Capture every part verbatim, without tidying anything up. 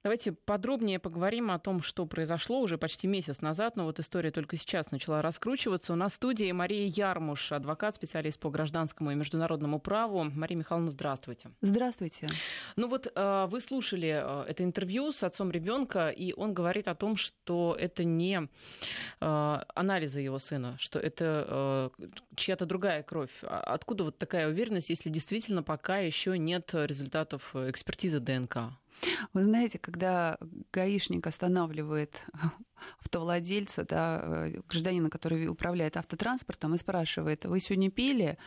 Давайте подробнее поговорим о том, что произошло уже почти месяц назад, но вот история только сейчас начала раскручиваться. У нас в студии Мария Ярмуш, адвокат, специалист по гражданскому и международному праву. Мария Михайловна, здравствуйте. Здравствуйте. Ну вот вы слушали это интервью с отцом ребенка, и он говорит о том, что это не анализы его сына, что это чья-то другая кровь. Откуда вот такая уверенность, если действительно пока еще нет результатов экспертизы ДНК? Вы знаете, когда гаишник останавливает автовладельца, да, гражданина, который управляет автотранспортом, и спрашивает: вы сегодня пили?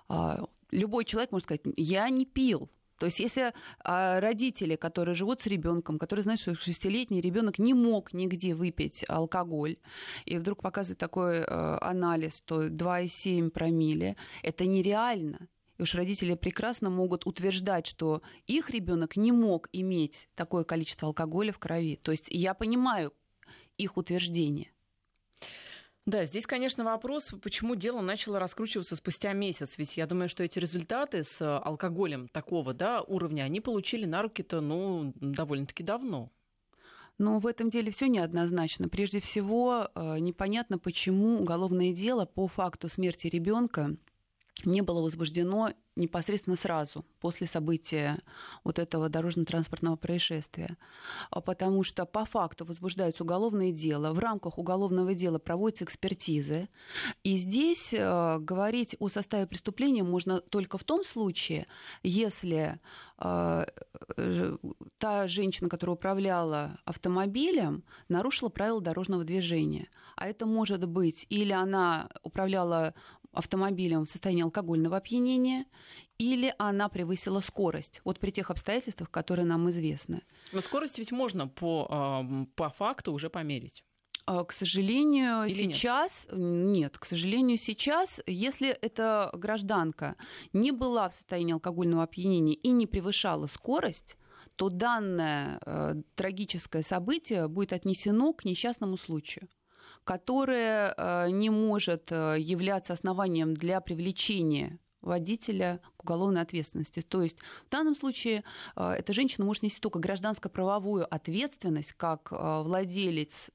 Любой человек может сказать: я не пил. То есть если родители, которые живут с ребенком, которые знают, что шестилетний ребенок не мог нигде выпить алкоголь, и вдруг показывает такой анализ, то два и семь промилле, это нереально. И уж родители прекрасно могут утверждать, что их ребенок не мог иметь такое количество алкоголя в крови. То есть я понимаю их утверждение. Да, здесь, конечно, вопрос, почему дело начало раскручиваться спустя месяц. Ведь я думаю, что эти результаты с алкоголем такого, да, уровня, они получили на руки-то, ну, довольно-таки давно. Но в этом деле все неоднозначно. Прежде всего, непонятно, почему уголовное дело по факту смерти ребенка не было возбуждено непосредственно сразу после события вот этого дорожно-транспортного происшествия. Потому что по факту возбуждаются уголовные дела, в рамках уголовного дела проводятся экспертизы. И здесь э, говорить о составе преступления можно только в том случае, если э, э, та женщина, которая управляла автомобилем, нарушила правила дорожного движения. А это может быть или она управляла автомобилем в состоянии алкогольного опьянения, или она превысила скорость. Вот при тех обстоятельствах, которые нам известны. Но скорость ведь можно по, по факту уже померить. К сожалению, Или сейчас нет? нет, к сожалению, сейчас, если эта гражданка не была в состоянии алкогольного опьянения и не превышала скорость, то данное э, трагическое событие будет отнесено к несчастному случаю, которое не может являться основанием для привлечения водителя к уголовной ответственности. То есть в данном случае эта женщина может нести только гражданско-правовую ответственность как владелец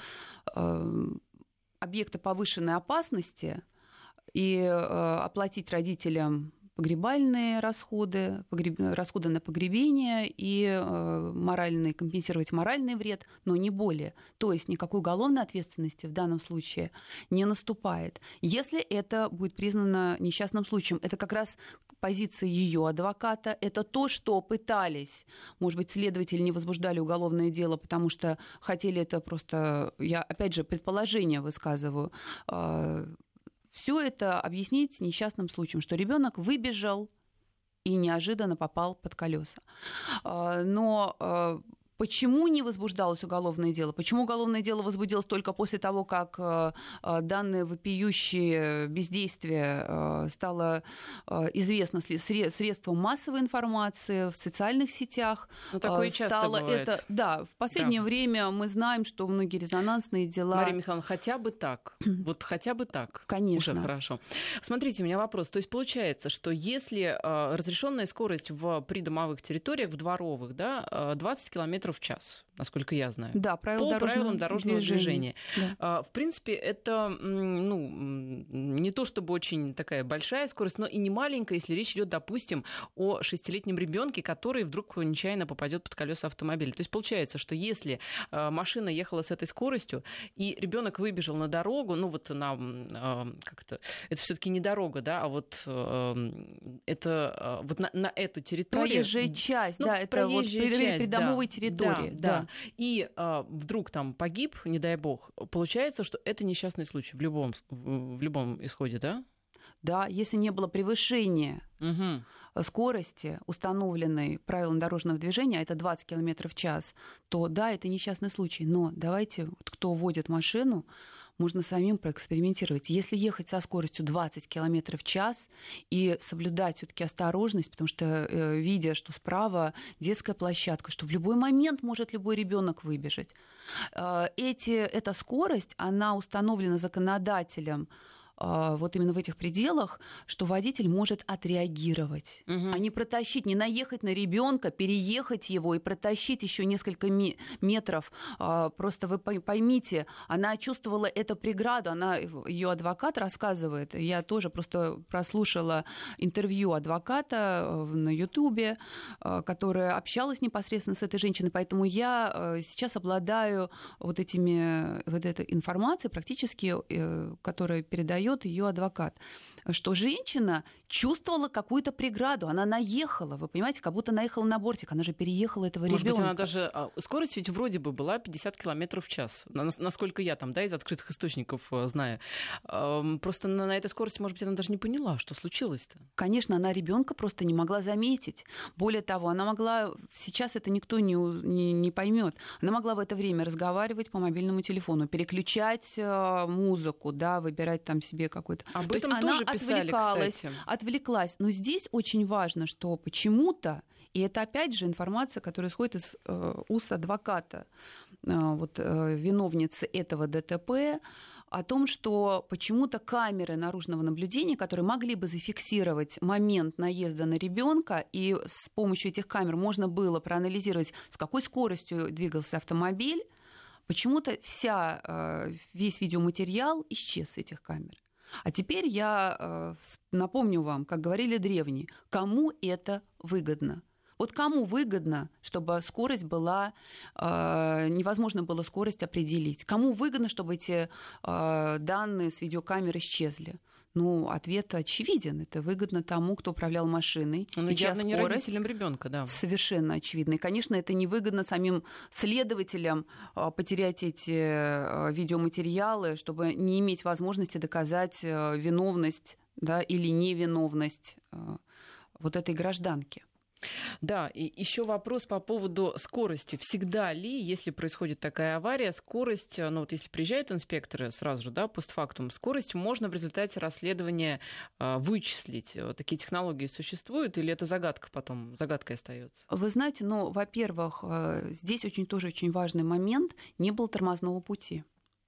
объекта повышенной опасности и оплатить родителям погребальные расходы, погреб... расходы на погребение и э, моральные, компенсировать моральный вред, но не более. То есть никакой уголовной ответственности в данном случае не наступает. Если это будет признано несчастным случаем, это как раз позиция ее адвоката, это то, что пытались, может быть, следователи не возбуждали уголовное дело, потому что хотели это просто, я опять же предположение высказываю, э, все это объяснить несчастным случаем, что ребенок выбежал и неожиданно попал под колеса. Но почему не возбуждалось уголовное дело? Почему уголовное дело возбудилось только после того, как данное вопиющее бездействие стало известно средством массовой информации, в социальных сетях? Ну, такое часто стало бывает. Это, да, в последнее да. время мы знаем, что многие резонансные дела... Мария Михайловна, хотя бы так. Вот хотя бы так. Конечно. Уже хорошо. Смотрите, у меня вопрос. То есть получается, что если разрешенная скорость в придомовых территориях, в дворовых, да, двадцать километров в час, насколько я знаю. Да, правила по дорожного правилам дорожного движения. движения. Да. В принципе, это ну, не то чтобы очень такая большая скорость, но и не маленькая, если речь идет, допустим, о шестилетнем ребенке, который вдруг нечаянно попадет под колеса автомобиля. То есть получается, что если машина ехала с этой скоростью, и ребенок выбежал на дорогу, ну вот на как-то, это все-таки не дорога, да, а вот это вот на, на эту территорию. Проезжая часть, ну, да, это вот придомовой да, территории. Да, да. да. И а, вдруг там погиб, не дай бог, получается, что это несчастный случай в любом, в, в любом исходе, да? Да, если не было превышения угу. скорости, установленной правилами дорожного движения, а это двадцать километров в час, то да, это несчастный случай. Но давайте, вот, кто водит машину, можно самим проэкспериментировать. Если ехать со скоростью двадцать километров в час и соблюдать все-таки осторожность, потому что, э, видя, что справа детская площадка, что в любой момент может любой ребенок выбежать, э, эти, эта скорость, она установлена законодателем вот именно в этих пределах, что водитель может отреагировать, угу. а не протащить, не наехать на ребенка, переехать его и протащить еще несколько метров. Просто вы поймите, она чувствовала эту преграду, она, ее адвокат рассказывает, я тоже просто прослушала интервью адвоката на Ютубе, которая общалась непосредственно с этой женщиной, поэтому я сейчас обладаю вот этими, вот этой информацией практически, которая передает ее адвокат, что женщина чувствовала какую-то преграду, она наехала, вы понимаете, как будто наехала на бортик, она же переехала этого ребенка. Может быть, она даже... Скорость ведь вроде бы была пятьдесят километров в час, насколько я там, да, из открытых источников знаю. Просто на этой скорости, может быть, она даже не поняла, что случилось-то. Конечно, она ребенка просто не могла заметить. Более того, она могла... Сейчас это никто не, не, не поймет. Она могла в это время разговаривать по мобильному телефону, переключать музыку, да, выбирать там себе какой-то... Об этом То тоже писали, кстати. Отвлеклась. Но здесь очень важно, что почему-то, и это опять же информация, которая исходит из э, уст адвоката, э, вот, э, виновницы этого ДТП, о том, что почему-то камеры наружного наблюдения, которые могли бы зафиксировать момент наезда на ребенка, и с помощью этих камер можно было проанализировать, с какой скоростью двигался автомобиль, почему-то вся, весь видеоматериал исчез с этих камер. А теперь я напомню вам, как говорили древние, кому это выгодно. Вот кому выгодно, чтобы скорость была, э, невозможно было скорость определить? Кому выгодно, чтобы эти э, данные с видеокамер исчезли? Ну, ответ очевиден. Это выгодно тому, кто управлял машиной. Ну, явно не родителям ребенка, да. Совершенно очевидно. И, конечно, это невыгодно самим следователям э, потерять эти э, видеоматериалы, чтобы не иметь возможности доказать э, виновность, да, или невиновность э, вот этой гражданки. Да, и еще вопрос по поводу скорости. Всегда ли, если происходит такая авария, скорость, ну вот если приезжают инспекторы сразу же, да, постфактум, скорость можно в результате расследования э, вычислить? Такие технологии существуют или это загадка потом, загадкой остается? Вы знаете, ну, во-первых, здесь очень тоже очень важный момент, не было тормозного пути.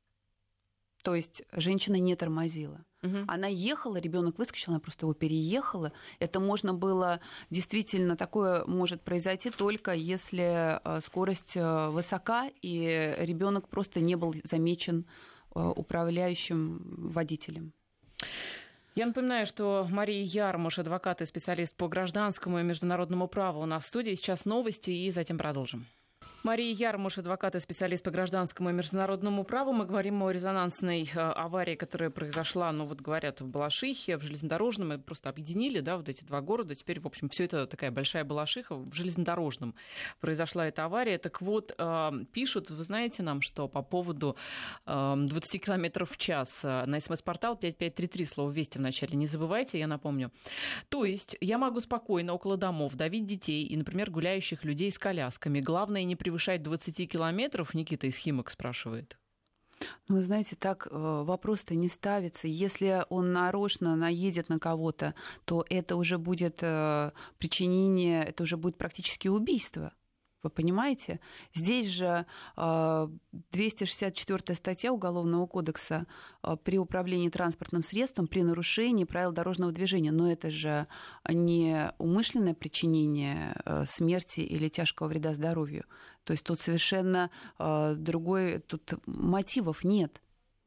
То есть женщина не тормозила. Угу. Она ехала, ребенок выскочил, она просто его переехала. Это можно было, действительно, такое может произойти только если скорость высока, и ребенок просто не был замечен управляющим водителем. Я напоминаю, что Мария Ярмуш, адвокат и специалист по гражданскому и международному праву, у нас в студии. Сейчас новости, и затем продолжим. Мария Ярмуш, адвокат и специалист по гражданскому и международному праву. Мы говорим о резонансной аварии, которая произошла, ну вот говорят, в Балашихе, в железнодорожном. Мы просто объединили, да, вот эти два города. Теперь, в общем, все это такая большая Балашиха. В железнодорожном произошла эта авария. Так вот, пишут, вы знаете нам, что по поводу двадцать километров в час на СМС-портал пять пять три три, слово «Вести» вначале не забывайте, я напомню. То есть я могу спокойно около домов давить детей и, например, гуляющих людей с колясками. Главное, не превышать двадцать километров, Никита из Химок спрашивает. Ну, вы знаете, так вопрос-то не ставится. Если он нарочно наедет на кого-то, то это уже будет причинение, это уже будет практически убийство. Вы понимаете? Здесь же двести шестьдесят четвёртая статья Уголовного кодекса при управлении транспортным средством при нарушении правил дорожного движения. Но это же не умышленное причинение смерти или тяжкого вреда здоровью. То есть тут совершенно другой, тут мотивов нет.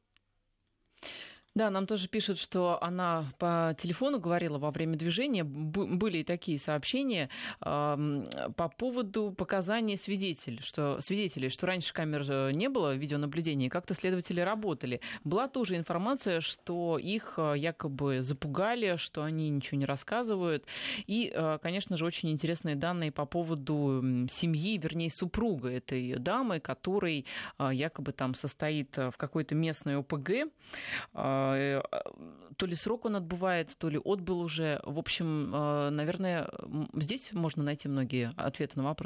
Да, нам тоже пишут, что она по телефону говорила во время движения. Были и такие сообщения э, по поводу показаний свидетелей, что, свидетелей, что раньше камер не было, видеонаблюдения, и как-то следователи работали. Была тоже информация, что их якобы запугали, что они ничего не рассказывают. И, э, конечно же, очень интересные данные по поводу семьи, вернее, супруга этой дамы, который э, якобы там состоит в какой-то местной ОПГ. То ли срок он отбывает, то ли отбыл уже. В общем, наверное, здесь можно найти многие ответы на вопрос.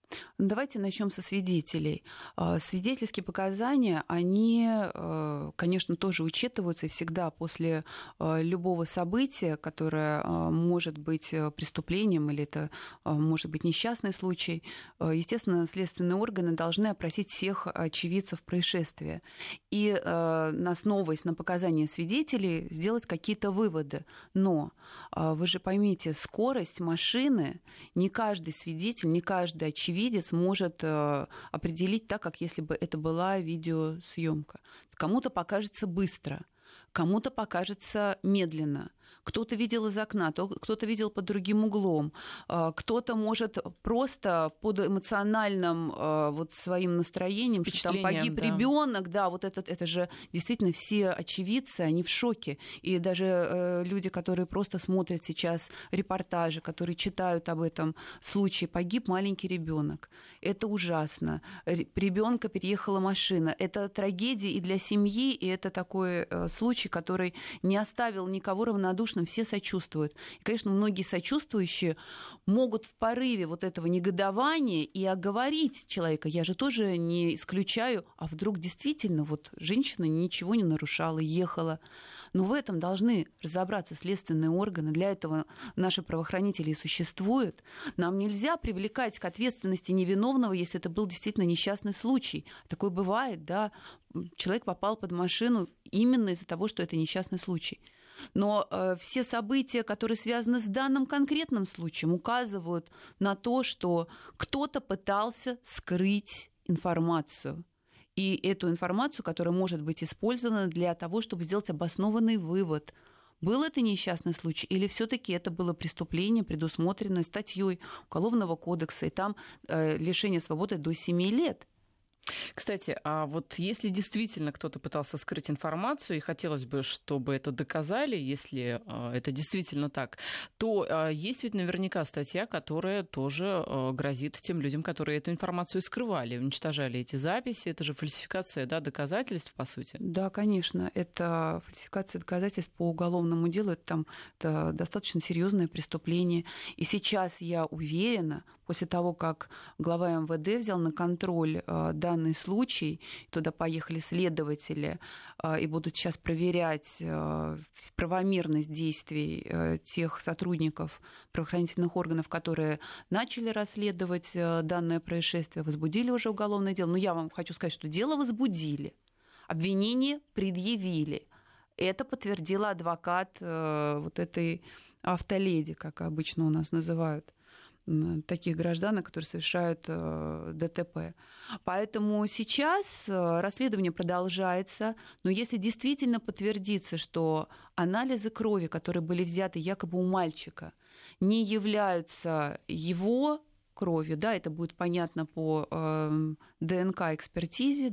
Давайте начнем со свидетелей. Свидетельские показания, они, конечно, тоже учитываются, и всегда после любого события, которое может быть преступлением или это может быть несчастный случай, естественно, следственные органы должны опросить всех очевидцев происшествия и, основываясь на показания свидетелей, сделать какие-то выводы. Но вы же поймите, скорость машины не каждый свидетель, не каждый очевидец может определить так, как если бы это была видеосъемка. Кому-то покажется быстро, кому-то покажется медленно. Кто-то видел из окна, кто-то видел под другим углом, кто-то может просто под эмоциональным вот своим настроением, что там погиб да. ребенок, да, вот это, это же действительно все очевидцы, они в шоке. И даже э, люди, которые просто смотрят сейчас репортажи, которые читают об этом случае, погиб маленький ребенок. Это ужасно. Ребенка переехала машина. Это трагедия и для семьи, и это такой э, случай, который не оставил никого равнодушным. Все сочувствуют. И, конечно, многие сочувствующие могут в порыве вот этого негодования и оговорить человека. Я же тоже не исключаю, а вдруг действительно вот женщина ничего не нарушала, ехала. Но в этом должны разобраться следственные органы. Для этого наши правоохранители и существуют. Нам нельзя привлекать к ответственности невиновного, если это был действительно несчастный случай. Такое бывает, да. Человек попал под машину именно из-за того, что это несчастный случай. Но э, все события, которые связаны с данным конкретным случаем, указывают на то, что кто-то пытался скрыть информацию. И эту информацию, которая может быть использована для того, чтобы сделать обоснованный вывод. Был это несчастный случай или все-таки это было преступление, предусмотренное статьей Уголовного кодекса, и там э, лишение свободы до семи лет. Кстати, а вот если действительно кто-то пытался скрыть информацию, и хотелось бы, чтобы это доказали, если э, это действительно так, то э, есть ведь наверняка статья, которая тоже э, грозит тем людям, которые эту информацию скрывали, уничтожали эти записи. Это же фальсификация, да, доказательств, по сути. Да, конечно, это фальсификация доказательств по уголовному делу. Это, там, это достаточно серьезное преступление. И сейчас я уверена, после того, как глава эм вэ дэ взял на контроль э, данный случай, туда поехали следователи э, и будут сейчас проверять э, правомерность действий э, тех сотрудников правоохранительных органов, которые начали расследовать э, данное происшествие, возбудили уже уголовное дело. Но я вам хочу сказать, что дело возбудили, обвинение предъявили. Это подтвердила адвокат э, вот этой автоледи, как обычно у нас называют таких граждан, которые совершают э, дэ тэ пэ. Поэтому сейчас э, расследование продолжается, но если действительно подтвердится, что анализы крови, которые были взяты якобы у мальчика, не являются его кровью, да, это будет понятно по э, дэ эн ка-экспертизе,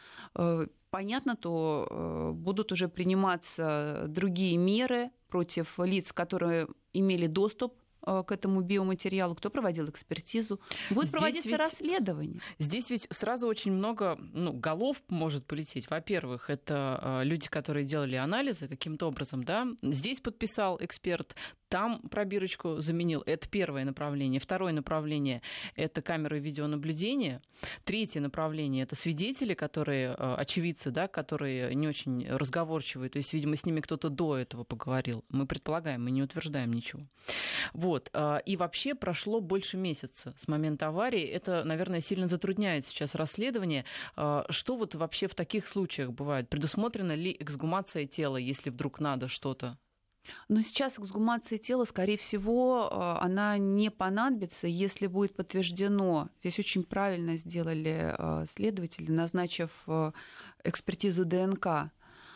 э, понятно, то э, будут уже приниматься другие меры против лиц, которые имели доступ к этому биоматериалу, кто проводил экспертизу. Будет здесь проводиться ведь, расследование. Здесь ведь сразу очень много ну, голов может полететь. Во-первых, это люди, которые делали анализы каким-то образом. Да? Здесь подписал эксперт, там пробирочку заменил. Это первое направление. Второе направление – это камеры видеонаблюдения. Третье направление – это свидетели, которые, очевидцы, да, которые не очень разговорчивые. То есть, видимо, с ними кто-то до этого поговорил. Мы предполагаем, мы не утверждаем ничего. Вот. И вообще прошло больше месяца с момента аварии. Это, наверное, сильно затрудняет сейчас расследование. Что вот вообще в таких случаях бывает? Предусмотрена ли эксгумация тела, если вдруг надо что-то? Но сейчас эксгумация тела, скорее всего, она не понадобится, если будет подтверждено. Здесь очень правильно сделали следователи, назначив экспертизу дэ эн ка.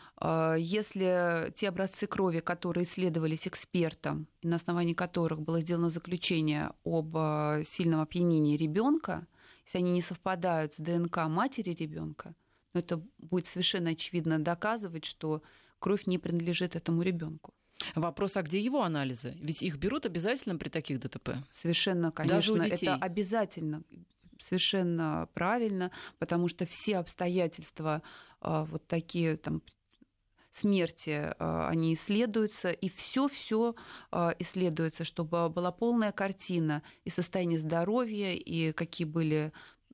Если те образцы крови, которые исследовались экспертом, и на основании которых было сделано заключение об сильном опьянении ребенка, если они не совпадают с дэ эн ка матери ребенка, это будет совершенно очевидно доказывать, что кровь не принадлежит этому ребенку. Вопрос, а где его анализы? Ведь их берут обязательно при таких дэ тэ пэ? Совершенно, конечно, это обязательно. Совершенно правильно, потому что все обстоятельства вот такие там смерти, они исследуются, и все-все исследуется, чтобы была полная картина и состояние здоровья, и какие были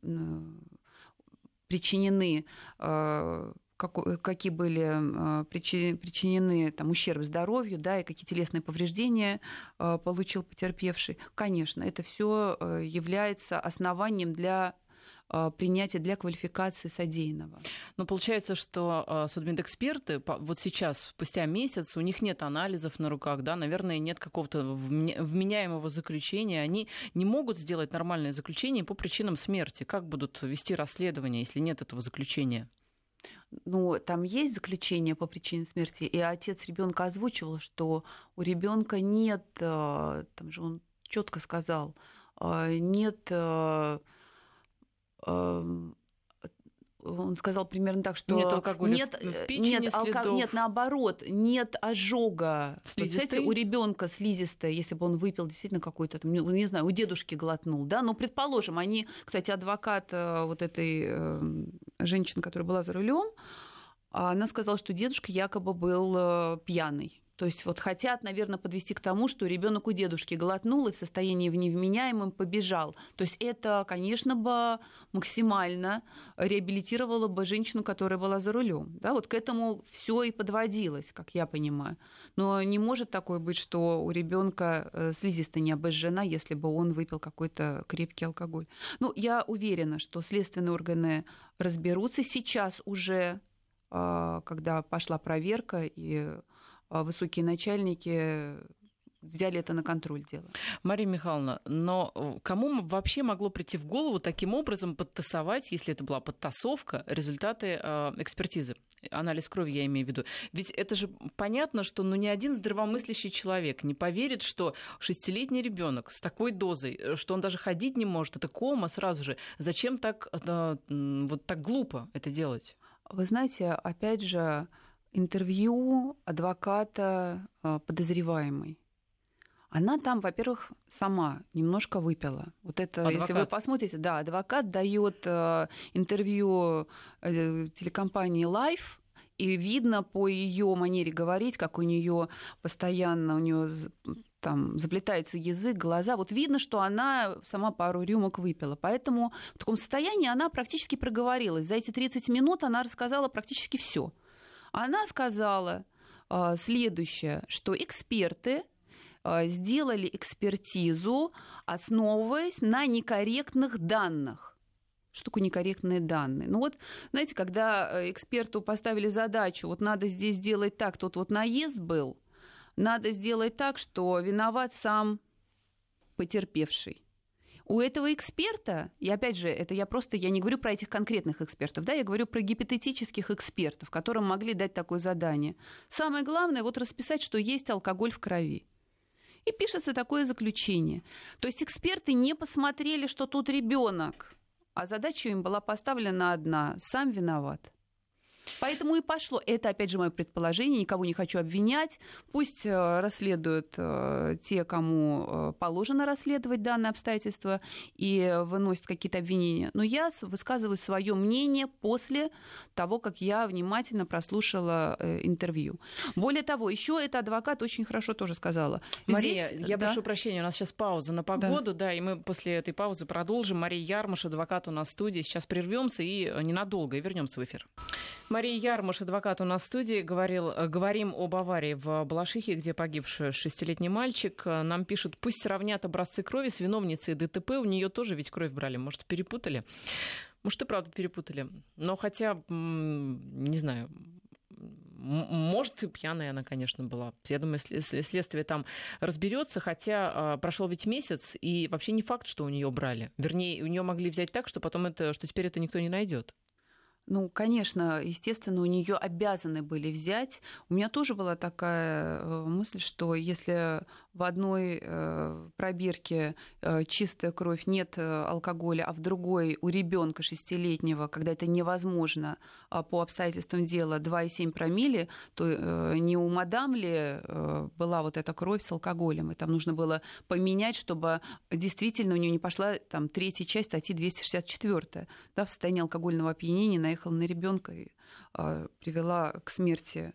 причинены какие были причинены там, ущерб здоровью, да, и какие телесные повреждения получил потерпевший. Конечно, это все является основанием для принятия, для квалификации содеянного. Но получается, что судмедэксперты вот сейчас, спустя месяц, у них нет анализов на руках, да, наверное, нет какого-то вменяемого заключения. Они не могут сделать нормальное заключение по причинам смерти. Как будут вести расследование, если нет этого заключения? Ну, там есть заключение по причине смерти, и отец ребенка озвучивал, что у ребенка нет, там же он четко сказал, нет, он сказал примерно так, что нет алкоголя нет, в печени, нет, алко... нет, наоборот, нет ожога. Представляете, у ребенка слизистая, если бы он выпил действительно какой-то, там, не знаю, у дедушки глотнул, да, ну, предположим, они, кстати, адвокат вот этой э, женщины, которая была за рулем, она сказала, что дедушка якобы был э, пьяный. То есть вот хотят, наверное, подвести к тому, что ребенок у дедушки глотнул и в состоянии невменяемом побежал. То есть это, конечно, бы максимально реабилитировало бы женщину, которая была за рулем. Да, вот к этому все и подводилось, как я понимаю. Но не может такое быть, что у ребенка слизистая не обожжена, если бы он выпил какой-то крепкий алкоголь. Ну, я уверена, что следственные органы разберутся. Сейчас уже, когда пошла проверка и высокие начальники взяли это на контроль дело. Мария Михайловна, но кому вообще могло прийти в голову таким образом подтасовать, если это была подтасовка, результаты э, экспертизы? Анализ крови я имею в виду. Ведь это же понятно, что ну, ни один здравомыслящий человек не поверит, что шестилетний ребенок с такой дозой, что он даже ходить не может, это кома сразу же. Зачем так, э, вот так глупо это делать? Вы знаете, опять же, интервью адвоката подозреваемой. Она там, во-первых, сама немножко выпила. Вот это, адвокат. Если вы посмотрите, да, адвокат дает интервью телекомпании Life, и видно по ее манере говорить, как у нее постоянно у нее там заплетается язык, глаза. Вот видно, что она сама пару рюмок выпила. Поэтому в таком состоянии она практически проговорилась. За эти тридцать минут она рассказала практически все. Она сказала э, следующее, что эксперты э, сделали экспертизу, основываясь на некорректных данных. Что такое некорректные данные? Ну вот, знаете, когда эксперту поставили задачу, вот надо здесь сделать так, тут вот наезд был, надо сделать так, что виноват сам потерпевший. У этого эксперта, и опять же, это я просто, я не говорю про этих конкретных экспертов, да, я говорю про гипотетических экспертов, которым могли дать такое задание. Самое главное, вот расписать, что есть алкоголь в крови. И пишется такое заключение. То есть эксперты не посмотрели, что тут ребенок, а задача им была поставлена одна – сам виноват. Поэтому и пошло. Это, опять же, мое предположение. Никого не хочу обвинять. Пусть расследуют те, кому положено расследовать данные обстоятельства, и выносят какие-то обвинения. Но я высказываю свое мнение после того, как я внимательно прослушала интервью. Более того, еще эта адвокат очень хорошо тоже сказала. Мария, Здесь, я да. прошу прощения, у нас сейчас пауза на погоду, да. да, и мы после этой паузы продолжим. Мария Ярмаш, адвокат у нас в студии. Сейчас прервемся и ненадолго, и вернемся в эфир. Мария Ярмаш, адвокат у нас в студии. Говорил, говорим об аварии в Балашихе, где погиб шестилетний мальчик. Нам пишут, пусть сравнят образцы крови с виновницей ДТП. У нее тоже ведь кровь брали. Может, перепутали? Может, и правда перепутали. Но хотя, не знаю, может, и пьяная она, конечно, была. Я думаю, следствие там разберется, хотя прошел ведь месяц, и вообще не факт, что у нее брали. Вернее, у нее могли взять так, что потом это, что теперь это никто не найдет. Ну, конечно, естественно, у нее обязаны были взять. У меня тоже была такая мысль, что если в одной пробирке чистая кровь, нет алкоголя, а в другой у ребенка шестилетнего, когда это невозможно по обстоятельствам дела, два и семь промилле, то не у мадам ли была вот эта кровь с алкоголем, и там нужно было поменять, чтобы действительно у нее не пошла там третья часть статьи двести шестьдесят четыре, да, в состоянии алкогольного опьянения наехала на ребенка и привела к смерти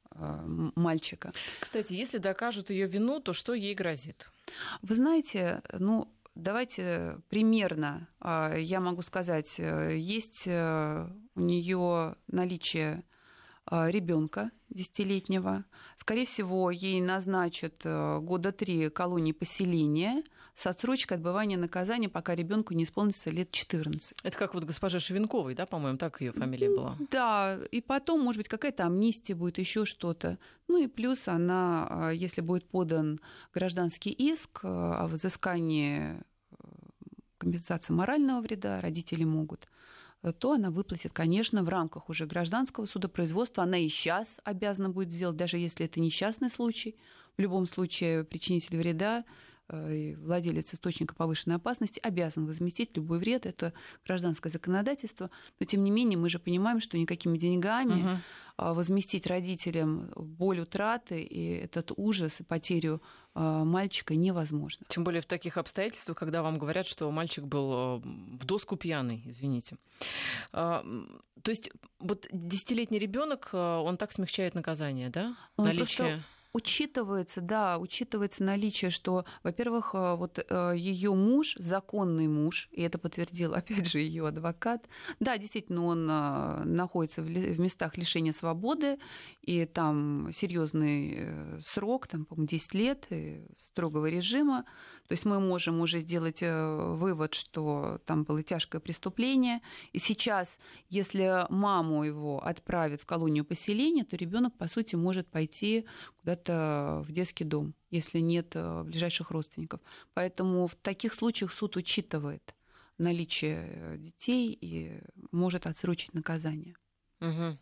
мальчика. Кстати, если докажут ее вину, то что ей грозит? Вы знаете, ну, давайте примерно, я могу сказать, есть у нее наличие ребенка десятилетнего. Скорее всего, ей назначат года три колонии поселения с отсрочкой отбывания наказания, пока ребенку не исполнится лет четырнадцать. Это как вот госпожа Шевенковой, да, по-моему, так ее фамилия была? Да, и потом, может быть, какая-то амнистия будет, еще что-то. Ну и плюс она, если будет подан гражданский иск о взыскании компенсации морального вреда, родители могут, то она выплатит, конечно, в рамках уже гражданского судопроизводства. Она и сейчас обязана будет сделать, даже если это несчастный случай. В любом случае причинитель вреда, владелец источника повышенной опасности обязан возместить любой вред. Это гражданское законодательство. Но, тем не менее, мы же понимаем, что никакими деньгами угу. возместить родителям боль утраты и этот ужас и потерю мальчика невозможно. Тем более в таких обстоятельствах, когда вам говорят, что мальчик был в доску пьяный, извините. То есть вот десятилетний ребенок, он так смягчает наказание, да? Он Наличие... просто... Учитывается, да, учитывается наличие, что, во-первых, вот ее муж, законный муж, и это подтвердил, опять же, ее адвокат, да, действительно, он находится в местах лишения свободы, и там серьезный срок, там, по-моему, десять лет строгого режима. То есть мы можем уже сделать вывод, что там было тяжкое преступление. И сейчас, если маму его отправят в колонию поселения, то ребенок, по сути, может пойти куда-то в детский дом, если нет ближайших родственников. Поэтому в таких случаях суд учитывает наличие детей и может отсрочить наказание. Угу.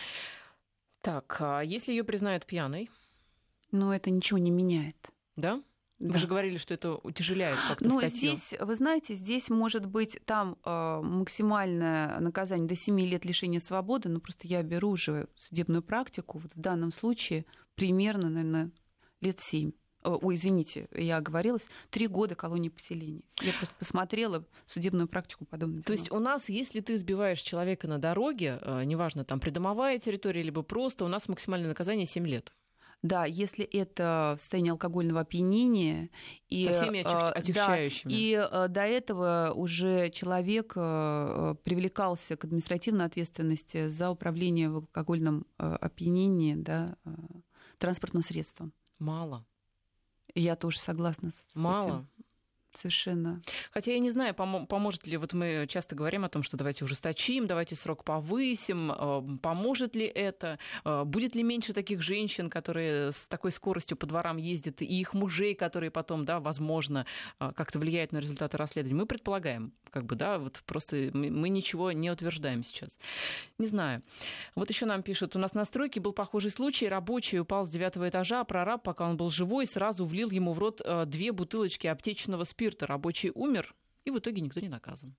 Так, а если ее признают пьяной? Но это ничего не меняет. Да? Вы да. же говорили, что это утяжеляет как-то Но статью. Здесь, вы знаете, здесь может быть там э, максимальное наказание до семи лет лишения свободы, но просто я беру уже судебную практику, вот в данном случае примерно, наверное, лет семь. Ой, извините, я оговорилась, три года колонии поселения. Я просто посмотрела судебную практику подобной. То есть у нас, если ты сбиваешь человека на дороге, э, неважно, там придомовая территория, либо просто, у нас максимальное наказание семь лет. Да, если это состояние алкогольного опьянения. И, со всеми отягчающими. Да, и до этого уже человек привлекался к административной ответственности за управление в алкогольном опьянении, да, транспортным средством. Мало. Я тоже согласна с Мало. этим. Совершенно. Хотя я не знаю, пом- поможет ли, вот мы часто говорим о том, что давайте ужесточим, давайте срок повысим, э, поможет ли это, э, будет ли меньше таких женщин, которые с такой скоростью по дворам ездят, и их мужей, которые потом, да, возможно, э, как-то влияют на результаты расследования. Мы предполагаем, как бы, да, вот просто мы, мы ничего не утверждаем сейчас. Не знаю. Вот еще нам пишут, у нас на стройке был похожий случай, рабочий упал с девятого этажа, а прораб, пока он был живой, сразу влил ему в рот э, две бутылочки аптечного спирта. Спирта, рабочий умер, и в итоге никто не наказан.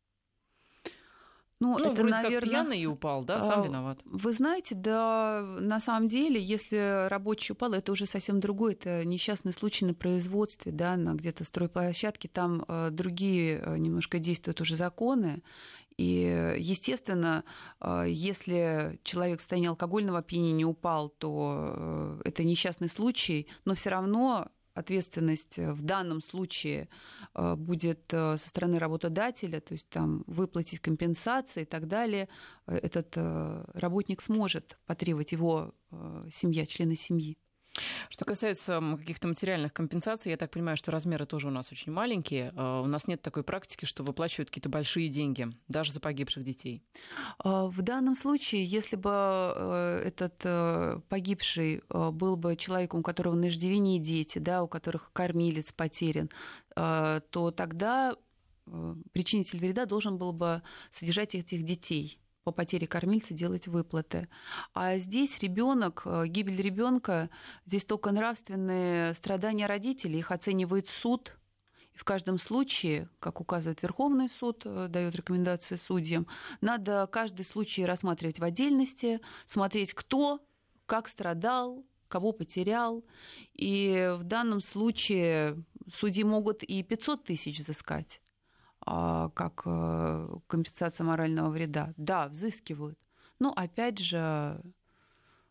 Ну, ну это, вроде наверное, как пьяный и упал, да, сам а, виноват. Вы знаете, да, на самом деле, если рабочий упал, это уже совсем другой, это несчастный случай на производстве, да, на где-то стройплощадке, там а, другие а, немножко действуют уже законы, и, естественно, а, если человек в состоянии алкогольного опьянения упал, то а, это несчастный случай, но все равно ответственность в данном случае будет со стороны работодателя, то есть там выплатить компенсации и так далее. Этот работник сможет потребовать, его семья, члены семьи. Что касается каких-то материальных компенсаций, я так понимаю, что размеры тоже у нас очень маленькие. У нас нет такой практики, что выплачивают какие-то большие деньги, даже за погибших детей. В данном случае, если бы этот погибший был бы человеком, у которого на иждивении дети, да, у которых кормилец потерян, то тогда причинитель вреда должен был бы содержать этих детей. По потере кормильца делать выплаты. А здесь ребенок, гибель ребенка, здесь только нравственные страдания родителей, их оценивает суд. И в каждом случае, как указывает Верховный суд, дает рекомендации судьям, надо каждый случай рассматривать в отдельности, смотреть, кто, как страдал, кого потерял. И в данном случае судьи могут и пятьсот тысяч взыскать как компенсация морального вреда. Да, взыскивают. Но, опять же,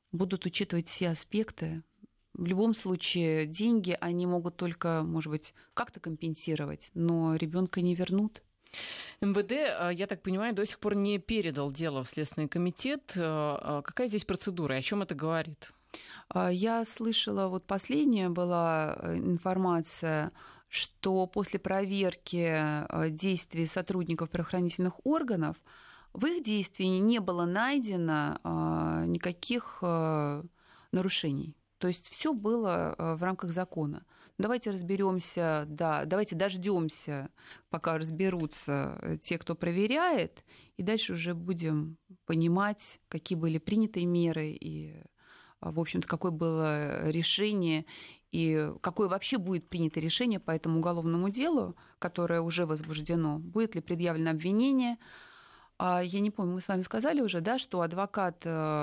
будут учитывать все аспекты. В любом случае, деньги они могут только, может быть, как-то компенсировать, но ребенка не вернут. эм вэ дэ, я так понимаю, до сих пор не передал дело в Следственный комитет. Какая здесь процедура и о чем это говорит? Я слышала, вот последняя была информация, что после проверки действий сотрудников правоохранительных органов в их действии не было найдено никаких нарушений. То есть все было в рамках закона. Давайте разберемся, да, давайте дождемся, пока разберутся те, кто проверяет, и дальше уже будем понимать, какие были приняты меры и, в общем-то, какое было решение и какое вообще будет принято решение по этому уголовному делу, которое уже возбуждено, будет ли предъявлено обвинение. Я не помню, мы с вами сказали уже, да, что адвокат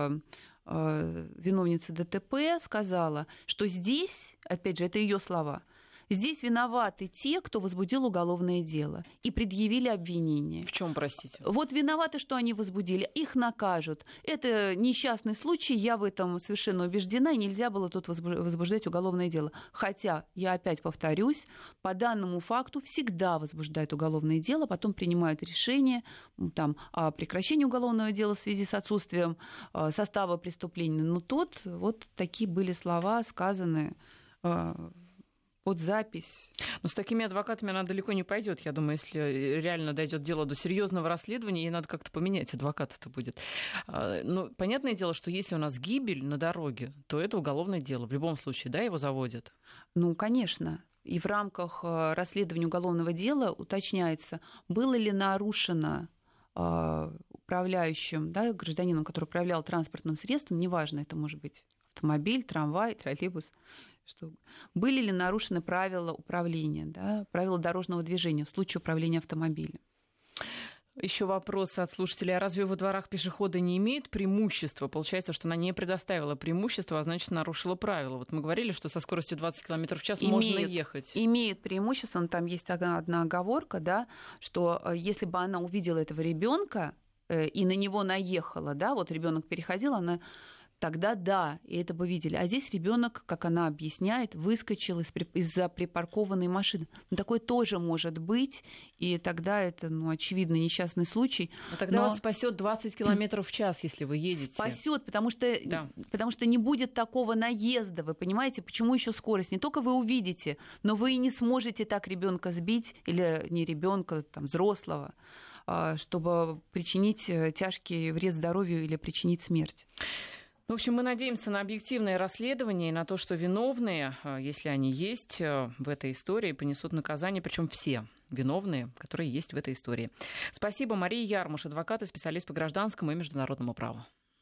виновница дэ тэ пэ сказала, что здесь, опять же, это ее слова, здесь виноваты те, кто возбудил уголовное дело и предъявили обвинение. В чем, простите? Вот виноваты, что они возбудили, их накажут. Это несчастный случай, я в этом совершенно убеждена, и нельзя было тут возбуждать уголовное дело. Хотя, я опять повторюсь, по данному факту всегда возбуждают уголовное дело, потом принимают решение там, о прекращении уголовного дела в связи с отсутствием состава преступления. Но тут вот такие были слова сказаны под запись. Но с такими адвокатами она далеко не пойдет. Я думаю, если реально дойдет дело до серьезного расследования, ей надо как-то поменять адвоката-то будет. Но понятное дело, что если у нас гибель на дороге, то это уголовное дело. В любом случае, да, его заводят? Ну, конечно. И в рамках расследования уголовного дела уточняется, было ли нарушено управляющим, да, гражданином, который управлял транспортным средством, неважно, это может быть автомобиль, трамвай, троллейбус, что были ли нарушены правила управления, да, правила дорожного движения в случае управления автомобилем. Еще вопрос от слушателей. А разве во дворах пешеходы не имеют преимущества? Получается, что она не предоставила преимущества, а значит, нарушила правила. Вот мы говорили, что со скоростью двадцать километров в час имеет, можно ехать. Имеет преимущество, но там есть одна, одна оговорка, да, что если бы она увидела этого ребенка и на него наехала, да, вот ребенок переходил, она... Тогда да, и это бы видели. А здесь ребенок, как она объясняет, выскочил из, из-за припаркованной машины. Ну, такое тоже может быть, и тогда это, ну, очевидно, несчастный случай. Но тогда но... вас спасет двадцать километров в час, если вы едете. Спасет, потому что, да. потому что не будет такого наезда. Вы понимаете, почему еще скорость? Не только вы увидите, но вы и не сможете так ребенка сбить, или не ребенка, там, взрослого, чтобы причинить тяжкий вред здоровью или причинить смерть. В общем, мы надеемся на объективное расследование и на то, что виновные, если они есть в этой истории, понесут наказание, причем все виновные, которые есть в этой истории. Спасибо. Мария Ярмуш, адвокат и специалист по гражданскому и международному праву.